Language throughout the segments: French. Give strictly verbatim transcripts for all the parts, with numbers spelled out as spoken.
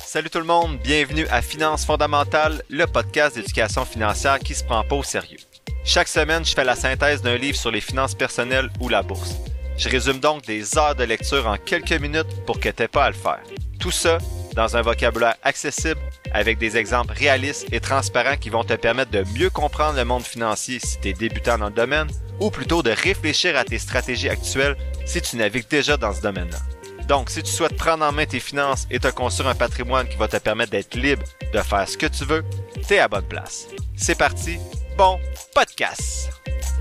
Salut tout le monde, bienvenue à Finances fondamentales, le podcast d'éducation financière qui se prend pas au sérieux. Chaque semaine, je fais la synthèse d'un livre sur les finances personnelles ou la bourse. Je résume donc des heures de lecture en quelques minutes pour que t'aies pas à le faire. Tout ça dans un vocabulaire accessible avec des exemples réalistes et transparents qui vont te permettre de mieux comprendre le monde financier si tu es débutant dans le domaine ou plutôt de réfléchir à tes stratégies actuelles si tu navigues déjà dans ce domaine-là. Donc, si tu souhaites prendre en main tes finances et te construire un patrimoine qui va te permettre d'être libre de faire ce que tu veux, t'es à bonne place. C'est parti, bon podcast!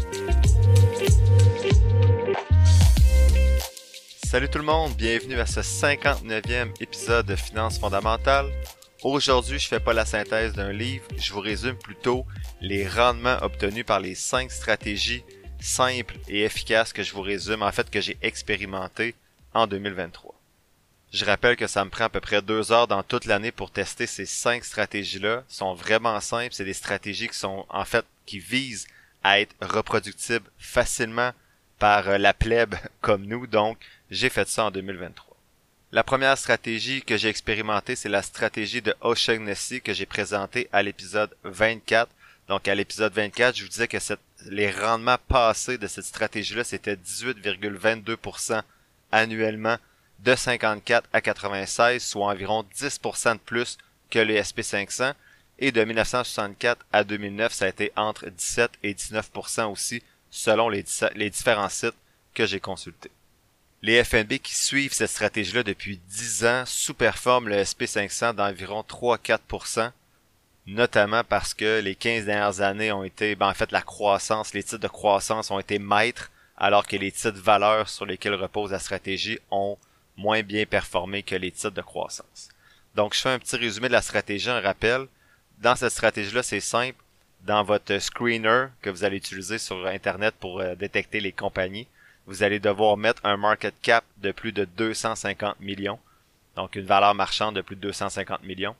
Salut tout le monde, bienvenue à ce cinquante-neuvième épisode de Finances fondamentales. Aujourd'hui, je fais pas la synthèse d'un livre, je vous résume plutôt les rendements obtenus par les cinq stratégies simples et efficaces que je vous résume, en fait que j'ai expérimenté en deux mille vingt-trois. Je rappelle que ça me prend à peu près deux heures dans toute l'année pour tester ces cinq stratégies-là. Elles sont vraiment simples, c'est des stratégies qui sont en fait qui visent à être reproductibles facilement par la plèbe comme nous, donc j'ai fait ça en deux mille vingt-trois. La première stratégie que j'ai expérimentée, c'est la stratégie de O'Shaughnessy que j'ai présentée à l'épisode vingt-quatre. Donc à l'épisode vingt-quatre, je vous disais que cette, les rendements passés de cette stratégie-là, c'était dix-huit virgule vingt-deux pour cent annuellement de cinquante-quatre à quatre-vingt-seize, soit environ dix pour cent de plus que le S and P cinq cents. Et de mille neuf cent soixante-quatre à deux mille neuf, ça a été entre dix-sept et dix-neuf pour cent aussi, selon les, les différents sites que j'ai consultés. Les F N B qui suivent cette stratégie-là depuis dix ans sous-performent le S and P cinq cents d'environ trois à quatre pour cent, notamment parce que les quinze dernières années ont été, ben en fait la croissance, les titres de croissance ont été maîtres, alors que les titres de valeur sur lesquels repose la stratégie ont moins bien performé que les titres de croissance. Donc, je fais un petit résumé de la stratégie, un rappel. Dans cette stratégie-là, c'est simple. Dans votre screener que vous allez utiliser sur Internet pour euh, détecter les compagnies, vous allez devoir mettre un market cap de plus de deux cent cinquante millions. Donc, une valeur marchande de plus de deux cent cinquante millions.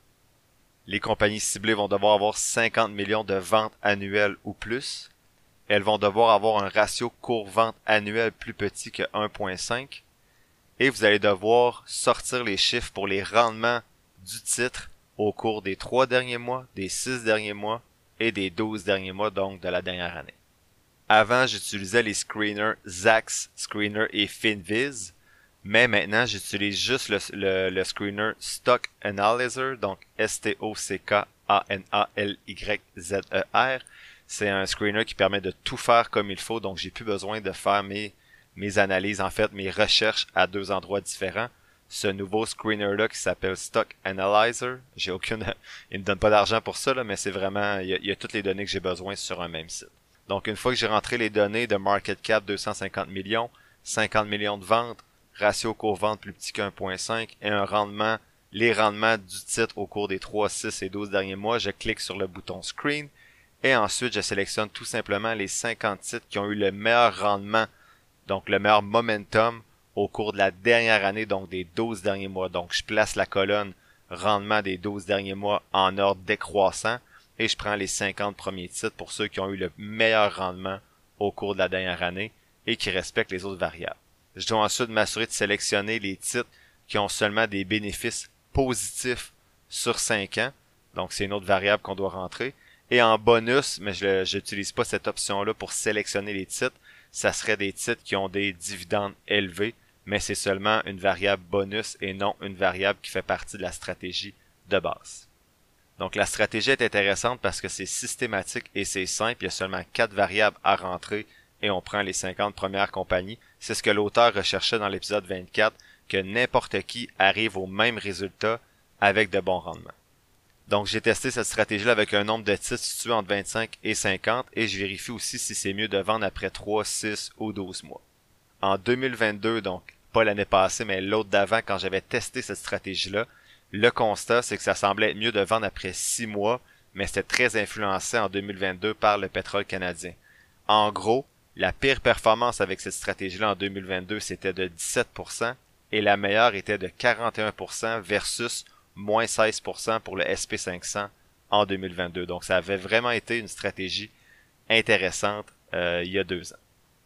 Les compagnies ciblées vont devoir avoir cinquante millions de ventes annuelles ou plus. Elles vont devoir avoir un ratio cours-vente annuel plus petit que un virgule cinq. Et vous allez devoir sortir les chiffres pour les rendements du titre au cours des trois derniers mois, des six derniers mois et des douze derniers mois, donc de la dernière année. Avant, j'utilisais les screeners Zacks Screener et Finviz, mais maintenant, j'utilise juste le, le, le screener Stock Analyzer, donc S T O C K A N A L Y Z E R. C'est un screener qui permet de tout faire comme il faut, donc j'ai plus besoin de faire mes, mes analyses, en fait, mes recherches à deux endroits différents. Ce nouveau screener-là qui s'appelle Stock Analyzer, j'ai aucune, il me donne pas d'argent pour ça, là, mais c'est vraiment, il y, a, il y a toutes les données que j'ai besoin sur un même site. Donc, une fois que j'ai rentré les données de market cap deux cent cinquante millions, cinquante millions de ventes, ratio cours-vente plus petit qu'un virgule cinq et un rendement, les rendements du titre au cours des trois, six et douze derniers mois, je clique sur le bouton Screen. Et ensuite, je sélectionne tout simplement les cinquante titres qui ont eu le meilleur rendement, donc le meilleur momentum au cours de la dernière année, donc des douze derniers mois. Donc, je place la colonne rendement des douze derniers mois en ordre décroissant et je prends les cinquante premiers titres pour ceux qui ont eu le meilleur rendement au cours de la dernière année et qui respectent les autres variables. Je dois ensuite m'assurer de sélectionner les titres qui ont seulement des bénéfices positifs sur cinq ans. Donc, c'est une autre variable qu'on doit rentrer. Et en bonus, mais je n'utilise pas cette option-là pour sélectionner les titres, ça serait des titres qui ont des dividendes élevés, mais c'est seulement une variable bonus et non une variable qui fait partie de la stratégie de base. Donc la stratégie est intéressante parce que c'est systématique et c'est simple, il y a seulement quatre variables à rentrer et on prend les cinquante premières compagnies. C'est ce que l'auteur recherchait dans l'épisode vingt-quatre, que n'importe qui arrive au même résultat avec de bons rendements. Donc, j'ai testé cette stratégie-là avec un nombre de titres situé entre vingt-cinq et cinquante et je vérifie aussi si c'est mieux de vendre après trois, six ou douze mois. En deux mille vingt-deux, donc pas l'année passée, mais l'autre d'avant, quand j'avais testé cette stratégie-là, le constat, c'est que ça semblait être mieux de vendre après six mois, mais c'était très influencé en deux mille vingt-deux par le pétrole canadien. En gros, la pire performance avec cette stratégie-là en deux mille vingt-deux, c'était de dix-sept pour cent et la meilleure était de quarante et un pour cent versus moins seize pour cent pour le S and P cinq cents en deux mille vingt-deux. Donc, ça avait vraiment été une stratégie intéressante euh, il y a deux ans.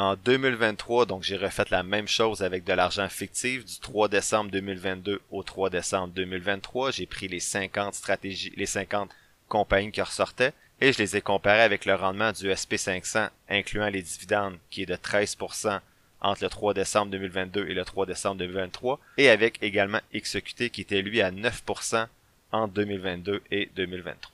En deux mille vingt-trois, donc j'ai refait la même chose avec de l'argent fictif du trois décembre deux mille vingt-deux au trois décembre deux mille vingt-trois. J'ai pris les cinquante stratégies, les cinquante compagnies qui ressortaient et je les ai comparées avec le rendement du S and P cinq cents, incluant les dividendes, qui est de treize pour cent entre le trois décembre deux mille vingt-deux et le trois décembre deux mille vingt-trois, et avec également X E Q T qui était lui à neuf pour cent entre deux mille vingt-deux et deux mille vingt-trois.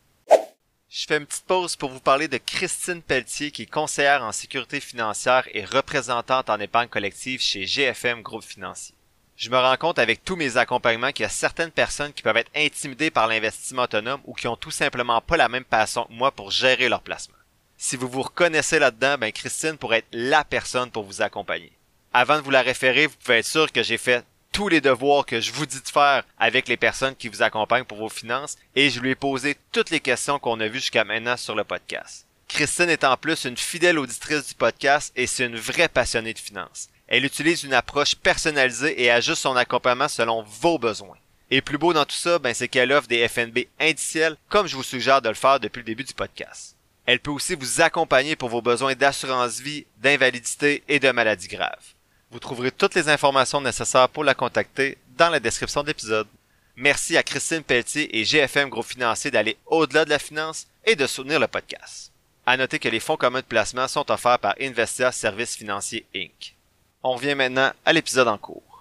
Je fais une petite pause pour vous parler de Christine Pelletier, qui est conseillère en sécurité financière et représentante en épargne collective chez G F M Groupe Financier. Je me rends compte avec tous mes accompagnements qu'il y a certaines personnes qui peuvent être intimidées par l'investissement autonome ou qui ont tout simplement pas la même passion que moi pour gérer leur placement. Si vous vous reconnaissez là-dedans, ben Christine pourrait être la personne pour vous accompagner. Avant de vous la référer, vous pouvez être sûr que j'ai fait tous les devoirs que je vous dis de faire avec les personnes qui vous accompagnent pour vos finances et je lui ai posé toutes les questions qu'on a vues jusqu'à maintenant sur le podcast. Christine est en plus une fidèle auditrice du podcast et c'est une vraie passionnée de finances. Elle utilise une approche personnalisée et ajuste son accompagnement selon vos besoins. Et plus beau dans tout ça, ben c'est qu'elle offre des F N B indiciels comme je vous suggère de le faire depuis le début du podcast. Elle peut aussi vous accompagner pour vos besoins d'assurance vie, d'invalidité et de maladies graves. Vous trouverez toutes les informations nécessaires pour la contacter dans la description de l'épisode. Merci à Christine Pelletier et G F M Groupe Financier d'aller au-delà de la finance et de soutenir le podcast. À noter que les fonds communs de placement sont offerts par Investia Services Financiers Incorporé. On revient maintenant à l'épisode en cours.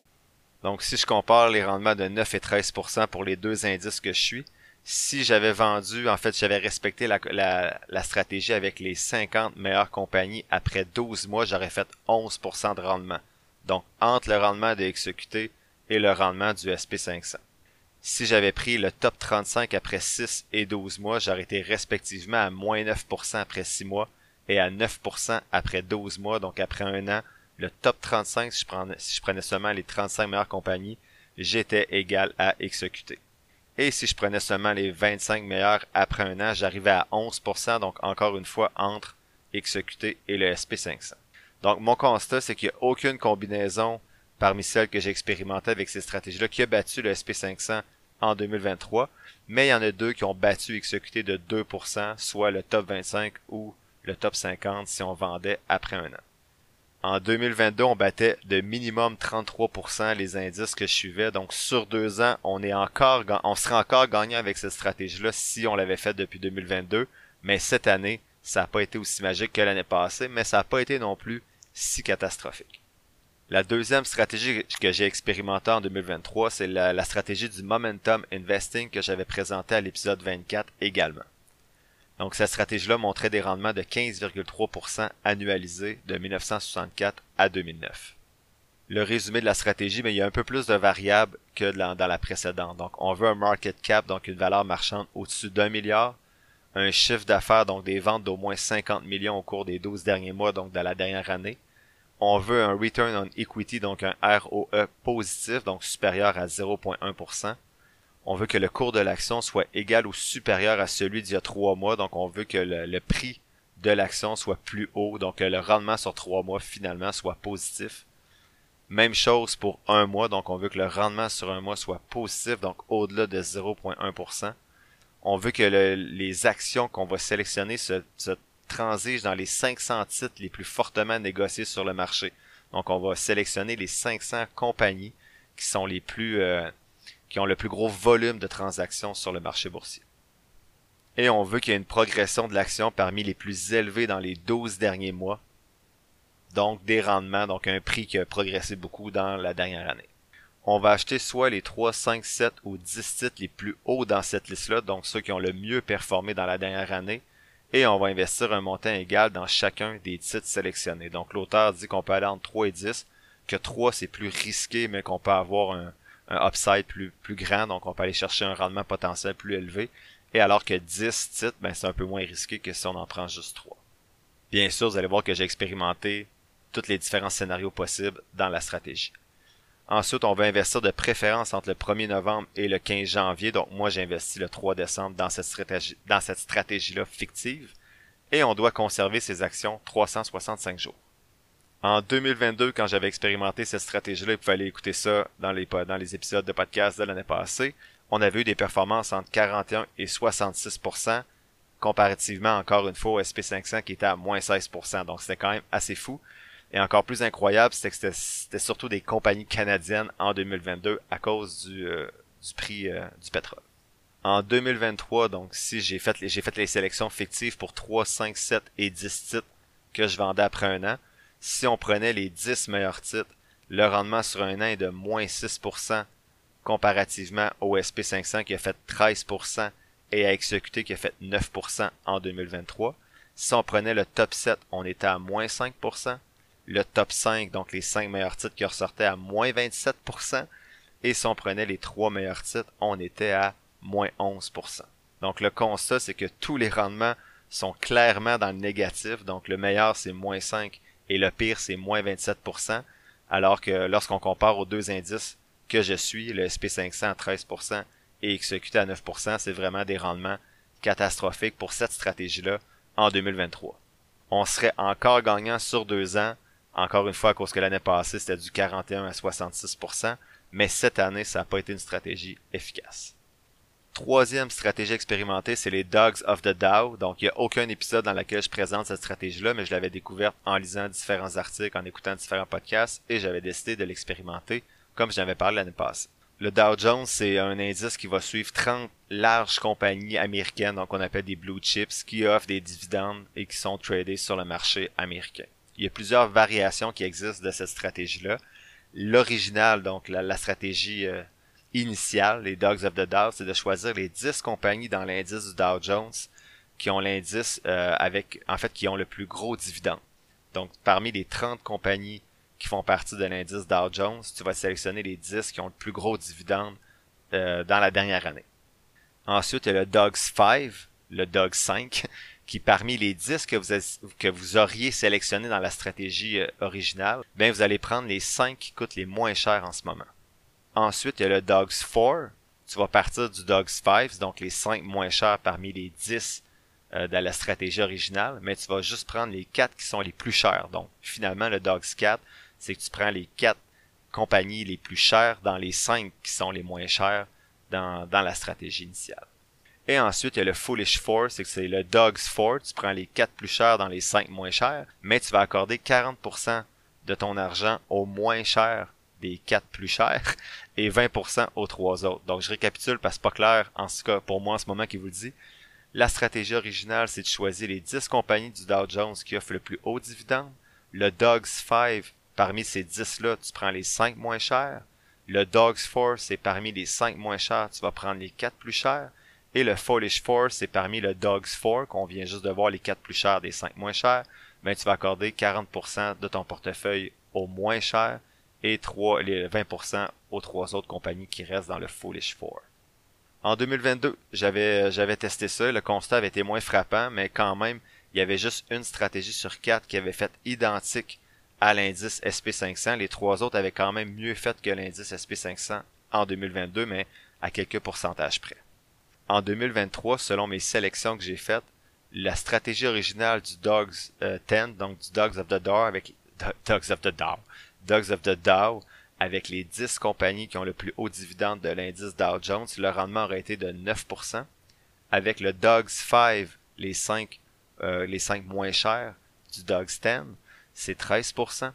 Donc si je compare les rendements de neuf et treize pour cent pour les deux indices que je suis, si j'avais vendu, en fait j'avais respecté la, la, la stratégie avec les cinquante meilleures compagnies, après douze mois, j'aurais fait onze pour cent de rendement. Donc entre le rendement de X E Q T et le rendement du S and P cinq cents. Si j'avais pris le top trente-cinq après six et douze mois, j'aurais été respectivement à moins neuf pour cent après six mois et à neuf pour cent après douze mois. Donc après un an, le top trente-cinq, si je prenais, si je prenais seulement les trente-cinq meilleures compagnies, j'étais égal à X E Q T. Et si je prenais seulement les vingt-cinq meilleurs après un an, j'arrivais à onze pour cent, donc encore une fois entre X E Q T et le S and P cinq cents. Donc mon constat, c'est qu'il n'y a aucune combinaison parmi celles que j'ai expérimentées avec ces stratégies-là qui a battu le S and P cinq cents en deux mille vingt-trois, mais il y en a deux qui ont battu X E Q T de deux pour cent, soit le top vingt-cinq ou le top cinquante si on vendait après un an. En deux mille vingt-deux, on battait de minimum trente-trois pour cent les indices que je suivais. Donc, sur deux ans, on est encore, on serait encore gagnant avec cette stratégie-là si on l'avait faite depuis deux mille vingt-deux. Mais cette année, ça n'a pas été aussi magique que l'année passée, mais ça n'a pas été non plus si catastrophique. La deuxième stratégie que j'ai expérimentée en deux mille vingt-trois, c'est la, la stratégie du Momentum Investing que j'avais présentée à l'épisode vingt-quatre également. Donc, cette stratégie-là montrait des rendements de quinze virgule trois pour cent annualisés de mille neuf cent soixante-quatre à deux mille neuf. Le résumé de la stratégie, mais il y a un peu plus de variables que dans la précédente. Donc, on veut un market cap, donc une valeur marchande au-dessus d'un milliard, un chiffre d'affaires, donc des ventes d'au moins cinquante millions au cours des douze derniers mois, donc de la dernière année. On veut un return on equity, donc un R O E positif, donc supérieur à zéro virgule un pour cent. On veut que le cours de l'action soit égal ou supérieur à celui d'il y a trois mois. Donc, on veut que le, le prix de l'action soit plus haut. Donc, que le rendement sur trois mois, finalement, soit positif. Même chose pour un mois. Donc, on veut que le rendement sur un mois soit positif. Donc, au-delà de zéro virgule un pour cent. On veut que le, les actions qu'on va sélectionner se, se transigent dans les cinq cents titres les plus fortement négociés sur le marché. Donc, on va sélectionner les cinq cents compagnies qui sont les plus... Euh, qui ont le plus gros volume de transactions sur le marché boursier. Et on veut qu'il y ait une progression de l'action parmi les plus élevés dans les douze derniers mois. Donc des rendements, donc un prix qui a progressé beaucoup dans la dernière année. On va acheter soit les trois, cinq, sept ou dix titres les plus hauts dans cette liste-là, donc ceux qui ont le mieux performé dans la dernière année, et on va investir un montant égal dans chacun des titres sélectionnés. Donc l'auteur dit qu'on peut aller entre trois et dix, que trois c'est plus risqué, mais qu'on peut avoir un un upside plus, plus grand, donc on peut aller chercher un rendement potentiel plus élevé, et alors que dix titres, ben c'est un peu moins risqué que si on en prend juste trois. Bien sûr, vous allez voir que j'ai expérimenté tous les différents scénarios possibles dans la stratégie. Ensuite, on va investir de préférence entre le premier novembre et le quinze janvier, donc moi j'ai investi le trois décembre dans cette stratégie, dans cette stratégie-là fictive, et on doit conserver ces actions trois cent soixante-cinq jours. En deux mille vingt-deux, quand j'avais expérimenté cette stratégie-là, il pouvait aller écouter ça dans les, dans les épisodes de podcast de l'année passée, on avait eu des performances entre quarante et un et soixante-six pour cent comparativement encore une fois au S and P cinq cents qui était à moins seize pour cent. Donc c'était quand même assez fou. Et encore plus incroyable, c'était que c'était, c'était surtout des compagnies canadiennes en deux mille vingt-deux à cause du, euh, du prix euh, du pétrole. En deux mille vingt-trois, donc si j'ai fait les, j'ai fait les sélections fictives pour trois, cinq, sept et dix titres que je vendais après un an, si on prenait les dix meilleurs titres, le rendement sur un an est de moins six pour cent comparativement au S and P cinq cents qui a fait treize pour cent et à exécuter qui a fait neuf pour cent en deux mille vingt-trois. Si on prenait le top sept, on était à moins cinq pour cent. Le top cinq, donc les cinq meilleurs titres qui ressortaient à moins vingt-sept pour cent. Et si on prenait les trois meilleurs titres, on était à moins onze pour cent. Donc le constat, c'est que tous les rendements sont clairement dans le négatif. Donc le meilleur, c'est moins cinq et le pire, c'est moins vingt-sept pour cent. Alors que lorsqu'on compare aux deux indices que je suis, le S and P cinq cents à treize pour cent et X E Q T à neuf pour cent, c'est vraiment des rendements catastrophiques pour cette stratégie-là en deux mille vingt-trois. On serait encore gagnant sur deux ans, encore une fois à cause que l'année passée, c'était du quarante et un à soixante-six pour cent, mais cette année, ça n'a pas été une stratégie efficace. Troisième stratégie expérimentée, c'est les Dogs of the Dow. Donc, il n'y a aucun épisode dans lequel je présente cette stratégie-là, mais je l'avais découverte en lisant différents articles, en écoutant différents podcasts, et j'avais décidé de l'expérimenter, comme j'en avais parlé l'année passée. Le Dow Jones, c'est un indice qui va suivre trente larges compagnies américaines, donc on appelle des blue chips, qui offrent des dividendes et qui sont tradés sur le marché américain. Il y a plusieurs variations qui existent de cette stratégie-là. L'original, donc la, la stratégie euh, initiale, les Dogs of the Dow, c'est de choisir les dix compagnies dans l'indice du Dow Jones qui ont l'indice euh, avec, en fait, qui ont le plus gros dividende. Donc, parmi les trente compagnies qui font partie de l'indice Dow Jones, tu vas sélectionner les dix qui ont le plus gros dividende euh, dans la dernière année. Ensuite, il y a le Dogs cinq, le Dogs cinq, qui parmi les dix que vous, avez, que vous auriez sélectionné dans la stratégie euh, originale, ben vous allez prendre les cinq qui coûtent les moins chers en ce moment. Ensuite, il y a le Dogs quatre. Tu vas partir du Dogs cinq, donc les cinq moins chers parmi les dix euh, de la stratégie originale, mais tu vas juste prendre les quatre qui sont les plus chers. Donc, finalement, le Dogs quatre, c'est que tu prends les quatre compagnies les plus chères dans les cinq qui sont les moins chères dans, dans la stratégie initiale. Et ensuite, il y a le Foolish quatre, c'est que c'est le Dogs quatre. Tu prends les quatre plus chers dans les cinq moins chers, mais tu vas accorder quarante pour cent de ton argent aux moins chers des quatre plus chers et vingt pour cent aux trois autres. Donc, je récapitule parce que c'est pas clair, en tout cas pour moi en ce moment qui vous le dit. La stratégie originale, c'est de choisir les dix compagnies du Dow Jones qui offrent le plus haut dividende. Le Dogs cinq, parmi ces dix-là, tu prends les cinq moins chers. Le Dogs quatre, c'est parmi les cinq moins chers, tu vas prendre les quatre plus chers. Et le Foolish quatre, c'est parmi le Dogs quatre, qu'on vient juste de voir les quatre plus chers des cinq moins chers, ben tu vas accorder quarante pour cent de ton portefeuille aux moins chers et trois, les vingt pour cent aux trois autres compagnies qui restent dans le Foolish quatre. En deux mille vingt-deux, j'avais, j'avais testé ça, le constat avait été moins frappant, mais quand même, il y avait juste une stratégie sur quatre qui avait fait identique à l'indice S and P cinq cents. Les trois autres avaient quand même mieux fait que l'indice S and P cinq cents en deux mille vingt-deux, mais à quelques pourcentages près. En deux mille vingt-trois, selon mes sélections que j'ai faites, la stratégie originale du Dogs euh, dix, donc du Dogs of the Dow avec Dogs of the Dow, Dogs of the Dow avec les dix compagnies qui ont le plus haut dividende de l'indice Dow Jones, le rendement aurait été de neuf pour cent. Avec le Dogs cinq, les cinq euh, les cinq moins chers du Dogs dix, c'est treize pour cent.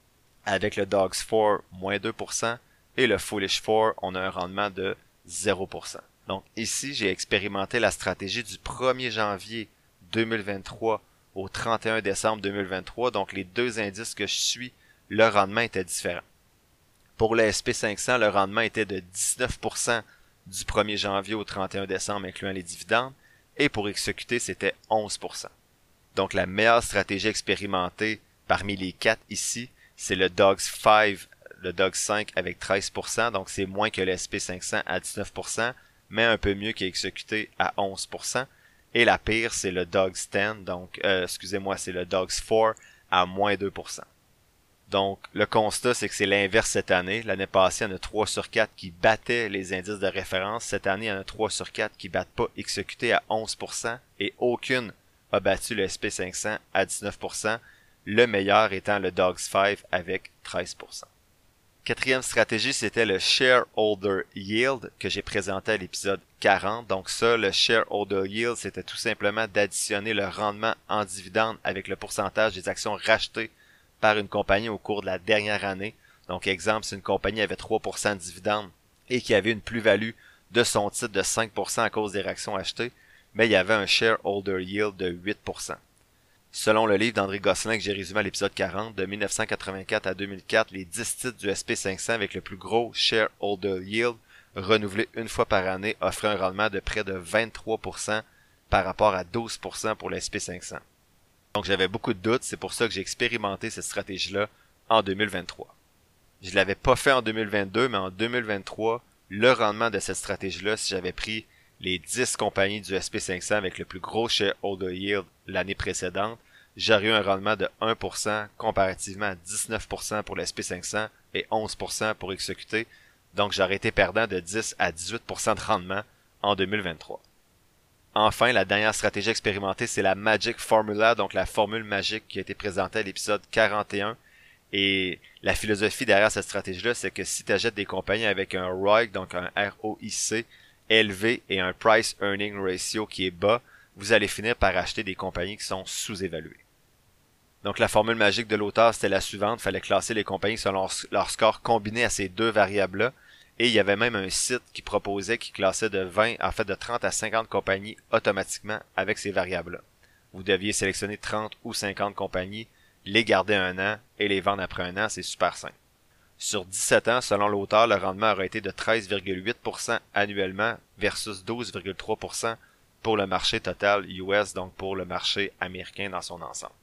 Avec le Dogs quatre, moins deux pour cent. Et le Foolish quatre, on a un rendement de zéro pour cent. Donc ici, j'ai expérimenté la stratégie du premier janvier deux mille vingt-trois au trente et un décembre deux mille vingt-trois. Donc les deux indices que je suis, le rendement était différent. Pour le S and P cinq cents, le rendement était de dix-neuf pour cent du premier janvier au trente et un décembre, incluant les dividendes. Et pour X E Q T, c'était onze pour cent. Donc la meilleure stratégie expérimentée parmi les quatre ici, c'est le Dogs cinq, le Dogs cinq avec treize pour cent. Donc c'est moins que le S and P cinq cents à dix-neuf pour cent. Mais un peu mieux qu'X E Q T à onze pour cent. Et la pire, c'est le Dogs dix, donc, euh, excusez-moi, c'est le Dogs quatre à moins deux pour cent. Donc, le constat, c'est que c'est l'inverse cette année. L'année passée, il y en a trois sur quatre qui battaient les indices de référence. Cette année, il y en a trois sur quatre qui battent pas X E Q T à onze pour cent et aucune a battu le S and P cinq cents à dix-neuf pour cent. Le meilleur étant le Dogs cinq avec treize pour cent. quatrième stratégie, c'était le Shareholder Yield que j'ai présenté à l'épisode quarante. Donc ça, le Shareholder Yield, c'était tout simplement d'additionner le rendement en dividende avec le pourcentage des actions rachetées par une compagnie au cours de la dernière année. Donc exemple, si une compagnie avait trois pour cent de dividendes et qui avait une plus-value de son titre de cinq pour cent à cause des actions achetées, mais il y avait un Shareholder Yield de huit pour cent. Selon le livre d'André Gosselin que j'ai résumé à l'épisode quarante, de mille neuf cent quatre-vingt-quatre à deux mille quatre, les dix titres du S and P cinq cents avec le plus gros Shareholder Yield renouvelé une fois par année offraient un rendement de près de vingt-trois pour cent par rapport à douze pour cent pour le S and P cinq cents. Donc j'avais beaucoup de doutes, c'est pour ça que j'ai expérimenté cette stratégie-là en deux mille vingt-trois. Je ne l'avais pas fait en deux mille vingt-deux, mais en deux mille vingt-trois, le rendement de cette stratégie-là, si j'avais pris les dix compagnies du S and P cinq cents avec le plus gros Shareholder Yield l'année précédente, j'aurais eu un rendement de un pour cent comparativement à dix-neuf pour cent pour le S and P cinq cents et onze pour cent pour X E Q T. Donc j'aurais été perdant de dix à dix-huit pour cent de rendement en deux mille vingt-trois. Enfin, la dernière stratégie expérimentée, c'est la Magic Formula, donc la formule magique qui a été présentée à l'épisode quarante et un. Et la philosophie derrière cette stratégie-là, c'est que si tu achètes des compagnies avec un R O I C, donc un R O I C, élevé et un Price Earning Ratio qui est bas, vous allez finir par acheter des compagnies qui sont sous-évaluées. Donc la formule magique de l'auteur, c'était la suivante. Il fallait classer les compagnies selon leur score combiné à ces deux variables-là. Et il y avait même un site qui proposait, qui classait de vingt, en fait de trente à cinquante compagnies automatiquement avec ces variables-là. Vous deviez sélectionner trente ou cinquante compagnies, les garder un an et les vendre après un an, c'est super simple. Sur dix-sept ans, selon l'auteur, le rendement aurait été de treize virgule huit pour cent annuellement versus douze virgule trois pour cent pour le marché total U S, donc pour le marché américain dans son ensemble.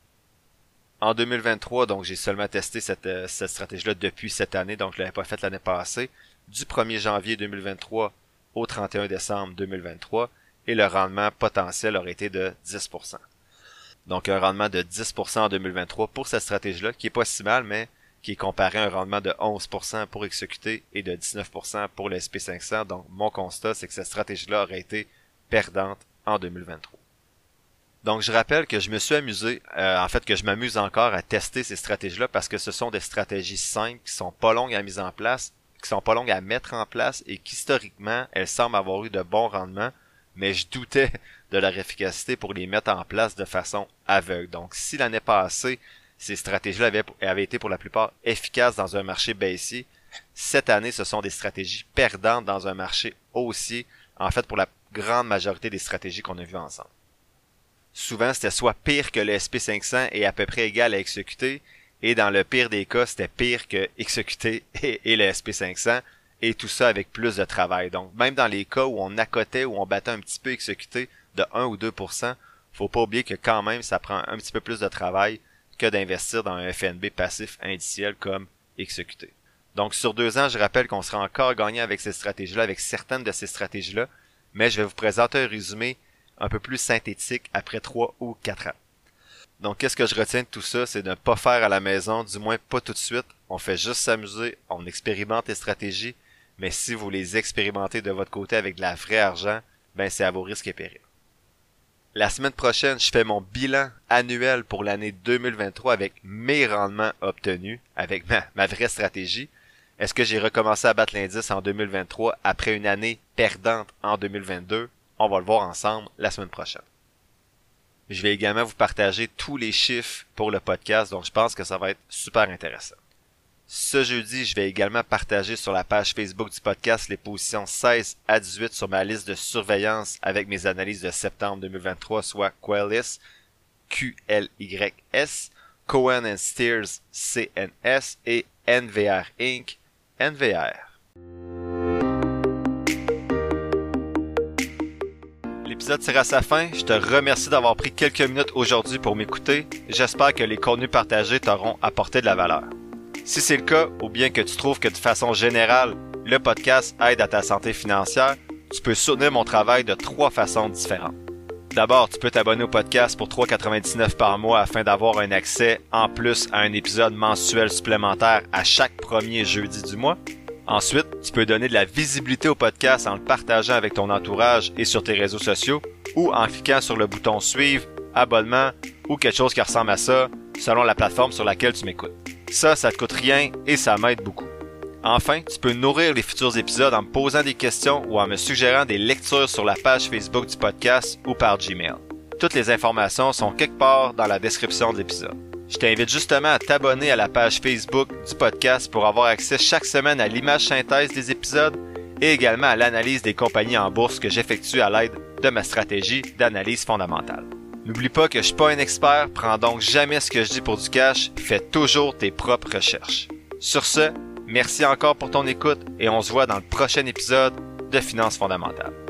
En deux mille vingt-trois, donc j'ai seulement testé cette, euh, cette stratégie-là depuis cette année, donc je l'avais pas faite l'année passée, du premier janvier deux mille vingt-trois au trente et un décembre deux mille vingt-trois, et le rendement potentiel aurait été de dix pour cent. Donc un rendement de dix pour cent en deux mille vingt-trois pour cette stratégie-là, qui est pas si mal, mais qui est comparé à un rendement de onze pour cent pour X E Q T et de dix-neuf pour cent pour le S and P cinq cents. Donc mon constat, c'est que cette stratégie-là aurait été perdante en deux mille vingt-trois. Donc je rappelle que je me suis amusé, euh, en fait que je m'amuse encore à tester ces stratégies-là parce que ce sont des stratégies simples qui sont pas longues à mise en place, qui sont pas longues à mettre en place et qu'historiquement, elles semblent avoir eu de bons rendements, mais je doutais de leur efficacité pour les mettre en place de façon aveugle. Donc si l'année passée, ces stratégies-là avaient, avaient été pour la plupart efficaces dans un marché baissier, cette année, ce sont des stratégies perdantes dans un marché haussier, en fait pour la grande majorité des stratégies qu'on a vues ensemble. Souvent, c'était soit pire que le S and P cinq cents et à peu près égal à X E Q T, et dans le pire des cas, c'était pire que X E Q T et, et le S and P cinq cents, et tout ça avec plus de travail. Donc, même dans les cas où on accotait, où on battait un petit peu X E Q T de un ou deux pour cent, faut pas oublier que quand même, ça prend un petit peu plus de travail que d'investir dans un F N B passif indiciel comme X E Q T. Donc, sur deux ans, je rappelle qu'on sera encore gagnant avec ces stratégies-là, avec certaines de ces stratégies-là, mais je vais vous présenter un résumé un peu plus synthétique après trois ou quatre ans. Donc, qu'est-ce que je retiens de tout ça? C'est de ne pas faire à la maison, du moins pas tout de suite. On fait juste s'amuser, on expérimente les stratégies, mais si vous les expérimentez de votre côté avec de la vraie argent, ben c'est à vos risques et périls. La semaine prochaine, je fais mon bilan annuel pour l'année deux mille vingt-trois avec mes rendements obtenus, avec ma, ma vraie stratégie. Est-ce que j'ai recommencé à battre l'indice en deux mille vingt-trois après une année perdante en deux mille vingt-deux? On va le voir ensemble la semaine prochaine. Je vais également vous partager tous les chiffres pour le podcast, donc je pense que ça va être super intéressant. Ce jeudi, je vais également partager sur la page Facebook du podcast les positions seize à dix-huit sur ma liste de surveillance avec mes analyses de septembre deux mille vingt-trois, soit Qualys, Q L Y S, Cohen and Steers, C N S et N V R Incorporated, N V R. L'épisode tire à sa fin. Je te remercie d'avoir pris quelques minutes aujourd'hui pour m'écouter. J'espère que les contenus partagés t'auront apporté de la valeur. Si c'est le cas, ou bien que tu trouves que de façon générale, le podcast aide à ta santé financière, tu peux soutenir mon travail de trois façons différentes. D'abord, tu peux t'abonner au podcast pour trois dollars quatre-vingt-dix-neuf par mois afin d'avoir un accès en plus à un épisode mensuel supplémentaire à chaque premier jeudi du mois. Ensuite, tu peux donner de la visibilité au podcast en le partageant avec ton entourage et sur tes réseaux sociaux ou en cliquant sur le bouton suivre, abonnement ou quelque chose qui ressemble à ça selon la plateforme sur laquelle tu m'écoutes. Ça, ça te coûte rien et ça m'aide beaucoup. Enfin, tu peux nourrir les futurs épisodes en me posant des questions ou en me suggérant des lectures sur la page Facebook du podcast ou par Gmail. Toutes les informations sont quelque part dans la description de l'épisode. Je t'invite justement à t'abonner à la page Facebook du podcast pour avoir accès chaque semaine à l'image synthèse des épisodes et également à l'analyse des compagnies en bourse que j'effectue à l'aide de ma stratégie d'analyse fondamentale. N'oublie pas que je suis pas un expert, prends donc jamais ce que je dis pour du cash, fais toujours tes propres recherches. Sur ce, merci encore pour ton écoute et on se voit dans le prochain épisode de Finances fondamentales.